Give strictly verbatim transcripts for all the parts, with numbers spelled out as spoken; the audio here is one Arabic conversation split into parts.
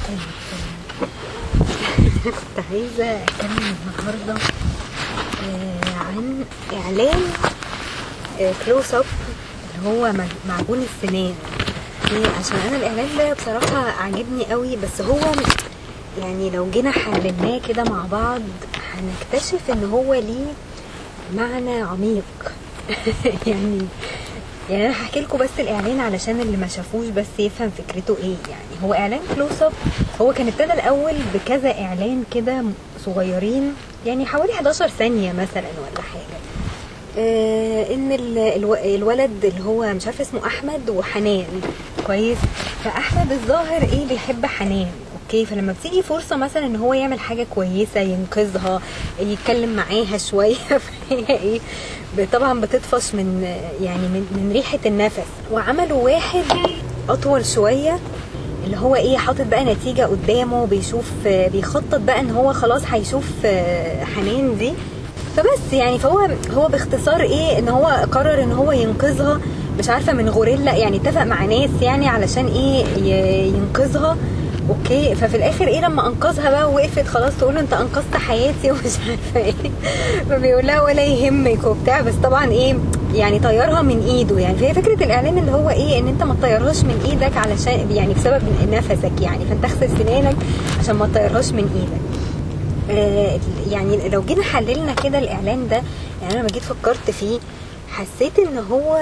كنت عايزة اتكلم النهاردة آه عن اعلان آه كلوز اب اللي هو معجون السنان. ليه؟ عشان انا الاعلان ده بصراحة عجبني قوي، بس هو يعني لو جينا حللناه كده مع بعض هنكتشف ان هو ليه معنى عميق. يعني يعني انا هحكي لكم بس الاعلان علشان اللي ما شافوش بس يفهم فكرته ايه. يعني هو اعلان كلوز اب، هو كان ابتدى الاول بكذا اعلان كده صغيرين، يعني حوالي حداشر ثانيه مثلا ولا حاجه. آه ان الولد اللي هو مش عارفه اسمه احمد وحنان، كويس؟ فاحمد الظاهر ايه بيحب حنان، اوكي؟ فلما بتيجي فرصه مثلا ان هو يعمل حاجه كويسه ينقذها يتكلم معاها شويه فهي ايه طبعا بتطفش من يعني من, من ريحه النفس. وعملوا واحد اطول شويه اللي هو ايه حاطط بقى نتيجه قدامه، بيشوف بيخطط بقى ان هو خلاص هيشوف حنان دي. فبس يعني فهو هو باختصار ايه ان هو قرر ان هو ينقذها، مش عارفه من غوريلا، يعني اتفق مع ناس يعني علشان ايه ينقذها، اوكي؟ ففي الاخر ايه لما انقذها بقى وقفت خلاص تقول له انت انقذت حياتي ومش عارفه ايه، فبيقول لها ولا يهمك وبتاع، بس طبعا ايه يعني طيرها من ايده. يعني فهي فكره الاعلان اللي هو ايه ان انت ما تطيرهاش من ايدك علشان يعني بسبب نفسك، يعني فانت اغسل سنانك عشان ما تطيرهاش من ايدك. آه يعني لو جينا حللنا كده الاعلان ده، يعني انا لما جيت فكرت فيه حسيت ان هو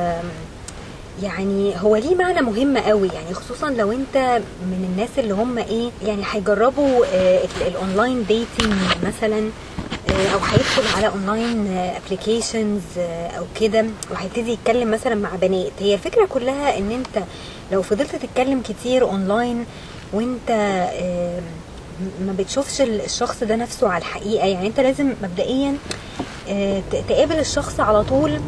يعني هو ليه معنى مهم قوي، يعني خصوصا لو انت من الناس اللي هم ايه يعني هيجربوا آه الاونلاين ديتنج مثلا، آه او هيدخل على اونلاين ابليكيشنز آه او كده وهيبتدي يتكلم مثلا مع بنات. هي الفكره كلها ان انت لو فضلت تتكلم كتير اونلاين وانت آه ما بتشوفش الشخص ده نفسه على الحقيقه، يعني انت لازم مبدئيا آه تقابل الشخص على طول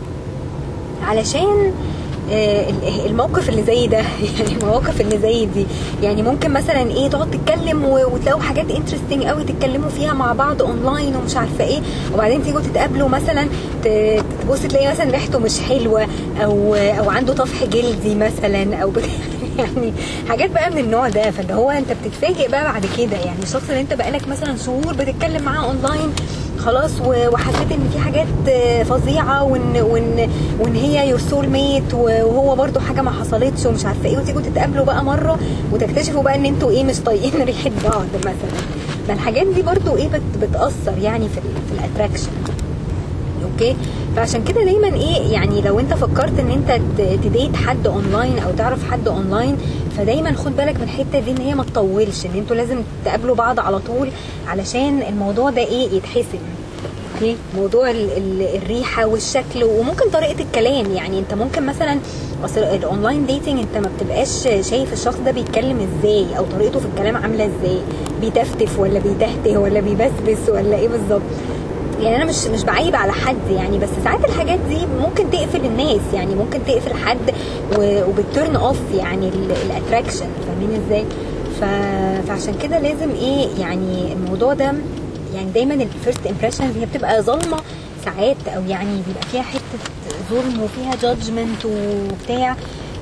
علشان الموقف اللي زي ده. يعني المواقف اللي زي دي يعني ممكن مثلا ايه تقعد تتكلم وتلاقوا حاجات انترستنج قوي تتكلموا فيها مع بعض اونلاين ومش عارفه ايه، وبعدين تيجوا تتقابلوا مثلا تبص تلاقي مثلا ريحته مش حلوه او او عنده طفح جلدي مثلا او يعني حاجات بقى من النوع ده. فاللي هو انت بتتفاجئ بقى بعد كده، يعني الشخص اللي انت بقالك مثلا شهور بتتكلم معاه اونلاين خلاص وحسيت ان في حاجات فظيعه وان وان وان هي يور سول ميت وهو برضو حاجه ما حصلتش ومش عارفه ايه، وتيجوا تتقابلوا بقى مره وتكتشفوا بقى ان انتوا ايه مش طايقين ريحه بعض مثلا. فالحاجات دي برضو ايه بت بتاثر يعني في في الاتراكشن، اوكي؟ فعشان كده دايما ايه يعني لو انت فكرت ان انت تديت حد اونلاين او تعرف حد اونلاين، فدايما خد بالك من الحته دي ان هي ما تطولش، ان انتوا لازم تقابلوا بعض على طول علشان الموضوع ده ايه يتحسن، اوكي؟ موضوع ال ال الريحه والشكل وممكن طريقه الكلام. يعني انت ممكن مثلا اصل الاونلاين ديتنج انت ما بتبقاش شايف الشخص ده بيتكلم ازاي او طريقته في الكلام عامله ازاي، بيتفتف ولا بيتهته ولا بيبسبس ولا ايه بالظبط. يعني انا مش مش بعيب على حد يعني، بس ساعات الحاجات دي ممكن تقفل الناس، يعني ممكن تقفل حد وبترن اوف يعني الاتراكشن، فاهمين ازاي؟ فعشان كده لازم ايه يعني الموضوع ده يعني دايما الفيرست امبريشنز هي بتبقى ظلمه ساعات، او يعني بيبقى فيها حته ظلم وفيها جادجمنت وبتاع،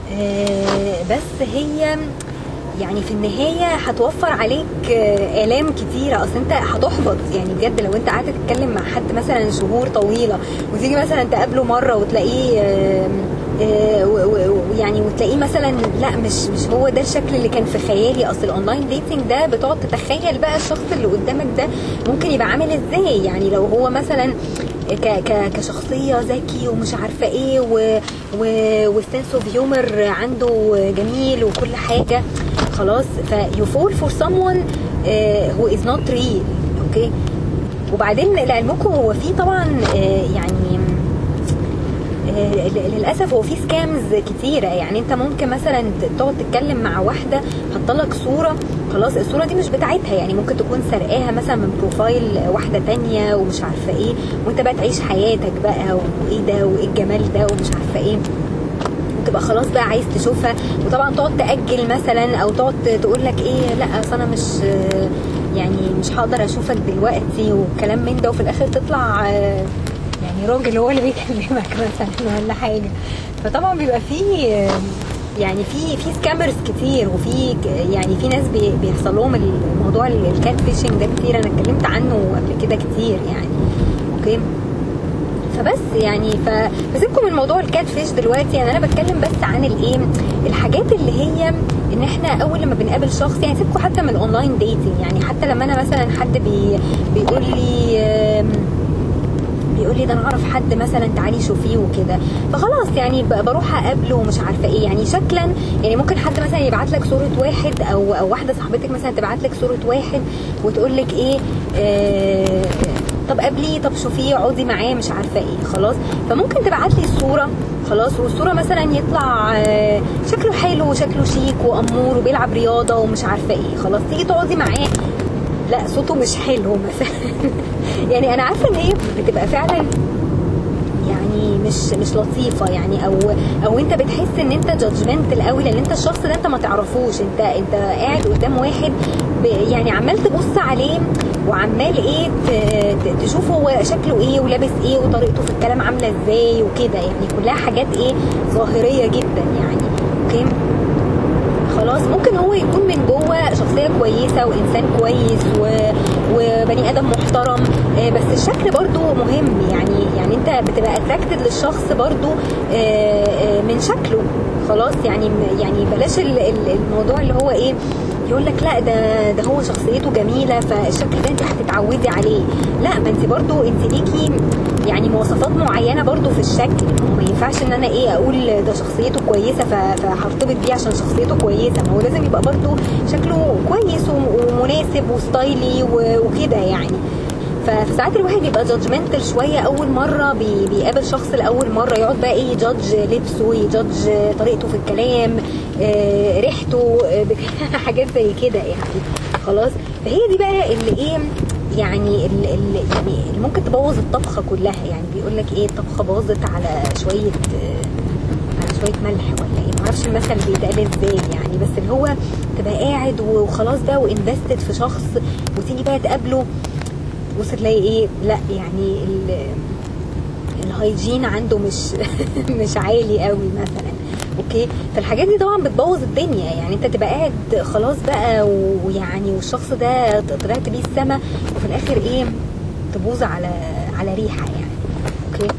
آه بس هي يعني في النهايه هتوفر عليك الام كتيره. اصل انت هتحبط يعني بجد لو انت قعدت تتكلم مع حد مثلا شهور طويله وتيجي مثلا تقابله مره وتلاقيه يعني وتلاقيه مثلا لا مش مش هو ده الشكل اللي كان في خيالي. اصل الاونلاين ديتنج ده بتقعد تتخيل بقى الشخص اللي قدامك ده ممكن يبقى عامل ازاي، يعني لو هو مثلا كشخصيه ذكي ومش عارفه ايه والسنس اوف هيومر عنده جميل وكل حاجه خلاص، فيو فول فور someone هو از نوت ريل، اوكي؟ وبعدين لعلمكم هو في طبعا يعني للاسف هو في سكامز كتيره. يعني انت ممكن مثلا تقعد تتكلم مع واحده حطلك صوره، خلاص الصوره دي مش بتاعتها، يعني ممكن تكون سرقاها مثلا من بروفايل واحده تانية ومش عارفه ايه، وانت بقى تعيش حياتك بقى وايه ده وايه الجمال ده ومش عارفه ايه، تبقى خلاص بقى عايز تشوفها، وطبعا تقعد تاجل مثلا او تقعد تقول لك ايه لا اصل انا مش يعني مش هقدر اشوفك دلوقتي وكلام من ده، وفي الاخر تطلع يعني راجل هو اللي بيكلمك مثلا ولا حاجه. فطبعا بيبقى فيه يعني في في سكامرز كتير، وفي يعني في ناس بيحصل لهم الموضوع الكات فيشنج ده كتير، انا اتكلمت عنه قبل كده كتير يعني. اوكي فبس يعني فسيبكم من موضوع الكات فيش دلوقتي، يعني انا بتكلم بس عن الايه الحاجات اللي هي ان احنا اول لما بنقابل شخص، يعني سيبكم حتى من الاونلاين ديتنج، يعني حتى لما انا مثلا حد بي بيقول لي بيقول لي ده انا اعرف حد مثلا تعالي شوفيه وكده، فخلاص يعني بروح اقابله ومش عارفه ايه، يعني شكلا يعني ممكن حد مثلا يبعت لك صوره واحد او او واحده صاحبتك مثلا تبعت لك صوره واحد وتقول لك ايه آه طب قابليه، طب شوفيه، اقعدي معاه، مش عارفه ايه، خلاص. فممكن تبعت لي الصوره خلاص، والصوره مثلا يطلع آه شكله حلو وشكله شيك وامور وبيلعب رياضه ومش عارفه ايه، خلاص تيجي تقعدي معاه لا صوته مش حلو مثلا يعني انا عارفه ان هي بتبقى فعلا يعني مش مش لطيفه يعني، او او انت بتحس ان انت جادجمنت الاول، لان انت الشخص ده انت ما تعرفوش، انت انت قاعد قدام واحد يعني عمال تبص عليه وعمال ايه تشوف هو شكله ايه ولابس ايه وطريقته في الكلام عامله ازاي وكده، يعني كلها حاجات ايه ظاهريه جدا يعني. اوكي خلاص ممكن هو يكون من جوه شخصيه كويسه وانسان كويس وبني ادم محترم، بس الشكل برضو مهم يعني، يعني انت بتبقى اتراكتد للشخص برضو من شكله خلاص، يعني يعني بلاش الموضوع اللي هو ايه يقول لك لا ده ده هو شخصيته جميله فالشكل ده انت هتتعودي عليه، لا ما انت برضو انت ليكي يعني مواصفات معينه برضو في الشكل، ما ينفعش ان انا ايه اقول ده شخصيته كويسه فهرتبط بيه عشان شخصيته كويسه، ما هو لازم يبقى برضو شكله كويس ومناسب وستايلي وكده يعني. فساعات الواحد يبقى جادجمنتال شويه اول مره بيقابل شخص لاول مره، يقعد بقى ايه يجادج لبسه، يجادج طريقته في الكلام، آه ريحته، آه حاجات زي كده يعني خلاص. فهي دي بقى اللي ايه يعني اللي يعني اللي ممكن تبوظ الطبخه كلها، يعني بيقول لك ايه الطبخه باظت على شويه آه على شويه ملح ولا ايه، معرفش المثل بيتقال ازاي يعني، بس اللي هو تبقى قاعد وخلاص بقى وانفستد في شخص وتيجي بقى تقابله بص تلاقي ايه لا يعني الهايجين عنده مش مش عالي قوي مثلا. اوكي فالحاجات دي طبعا بتبوظ الدنيا، يعني انت تبقى قاعد خلاص بقى ويعني والشخص ده طلعت بيه السما وفي الاخر ايه تبوظ على على ريحه يعني. اوكي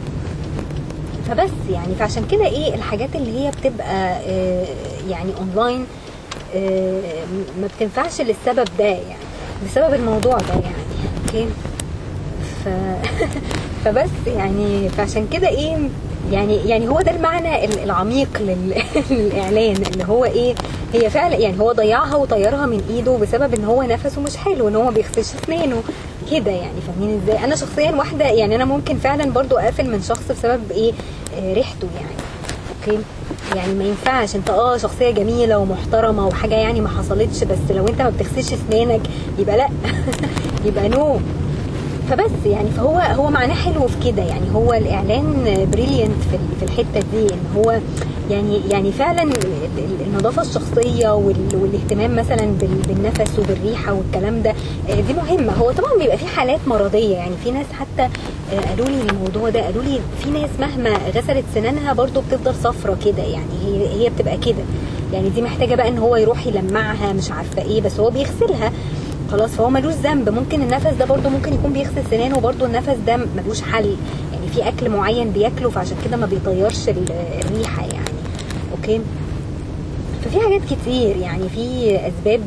فبس يعني فعشان كده ايه الحاجات اللي هي بتبقى اه يعني اونلاين اه ما بتنفعش للسبب ده يعني، بسبب الموضوع ده يعني. اوكي ف... فبس يعني فعشان كده ايه يعني يعني هو ده المعنى العميق لل... للاعلان اللي هو ايه هي فعلا يعني هو ضيعها وطيرها من ايده بسبب ان هو نفسه مش حلو، ان هو بيغسلش اسنانه كده يعني. فاهمين ازاي؟ انا شخصيا واحده يعني انا ممكن فعلا برضو اقفل من شخص بسبب ايه آه ريحته يعني. اوكي يعني ما ينفعش انت اه شخصيه جميله ومحترمه وحاجه يعني ما حصلتش، بس لو انت ما بتغسلش اسنانك يبقى لا يبقى نو. فبس يعني فهو هو معناه حلو في كده يعني، هو الاعلان بريليانت في في الحته دي، ان هو يعني يعني فعلا النظافه الشخصيه والاهتمام مثلا بالنفس وبالريحه والكلام ده دي مهمه. هو طبعا بيبقى في حالات مرضيه يعني، في ناس حتى قالوا لي الموضوع ده، قالوا لي في ناس مهما غسلت سنانها برضو بتفضل صفرة كده يعني، هي هي بتبقى كده يعني، دي محتاجه بقى ان هو يروح يلمعها مش عارفه ايه، بس هو بيغسلها خلاص فهو ملوش ذنب. ممكن النفس ده برضو ممكن يكون بيغسل سنانه وبرضو النفس ده ملوش حل يعني، في اكل معين بياكله فعشان كده ما بيطيرش الريحه يعني. اوكي ففي حاجات كتير يعني، في اسباب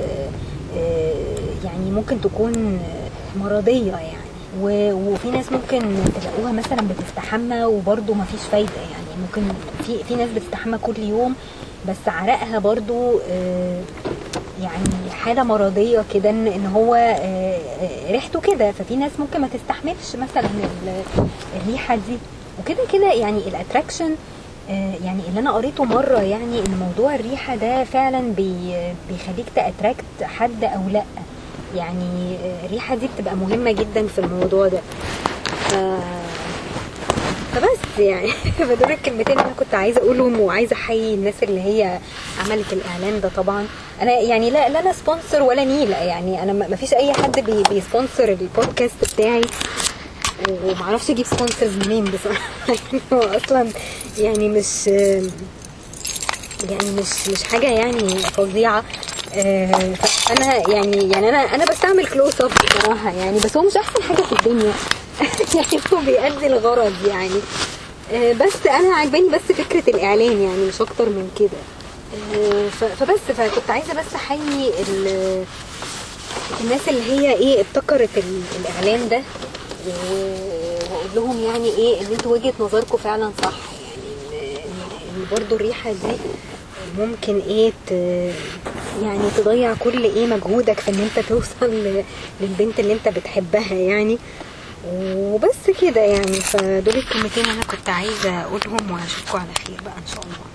يعني ممكن تكون مرضيه يعني، وفي ناس ممكن تلاقوها مثلا بتستحمى وبرضو ما فيش فايده يعني، ممكن في في ناس بتستحمى كل يوم بس عرقها برضو يعني حالة مرضية كده ان هو ريحته كده، ففي ناس ممكن ما تستحملش مثلا الريحة دي وكده كده يعني. الاتراكشن يعني اللي انا قريته مرة يعني ان موضوع الريحة ده فعلا بيخليك تاتراكت حد او لا يعني، الريحة دي بتبقى مهمة جدا في الموضوع ده. ف... فبس يعني بدور الكلمتين اللي انا كنت عايزه اقولهم، وعايزه احيي الناس اللي هي عملت الاعلان ده. طبعا انا يعني لا لا انا سبونسر ولا نيله يعني، انا ما فيش اي حد بي بيسبونسر البودكاست بتاعي، ومعرفش اجيب سبونسرز منين بصراحه يعني، هو اصلا يعني مش يعني مش مش حاجه يعني فظيعه. آه فانا يعني يعني انا انا بستعمل كلوز اب بصراحه يعني، بس هو مش احسن حاجه في الدنيا يعني هو بيأدي الغرض يعني. آه بس انا عاجباني بس فكره الاعلان يعني مش اكتر من كده. آه فبس فكنت عايزه بس احيي الناس اللي هي ايه ابتكرت الاعلان ده، واقول لهم يعني ايه ان انتوا وجهه نظركم فعلا صح، يعني ان برضو الريحه دي ممكن ايه يعني تضيع كل ايه مجهودك في ان انت توصل للبنت اللي انت بتحبها يعني. وبس كده يعني، فدول الكلمتين انا كنت عايزه اقولهم، وهشوفكم على خير بقى ان شاء الله.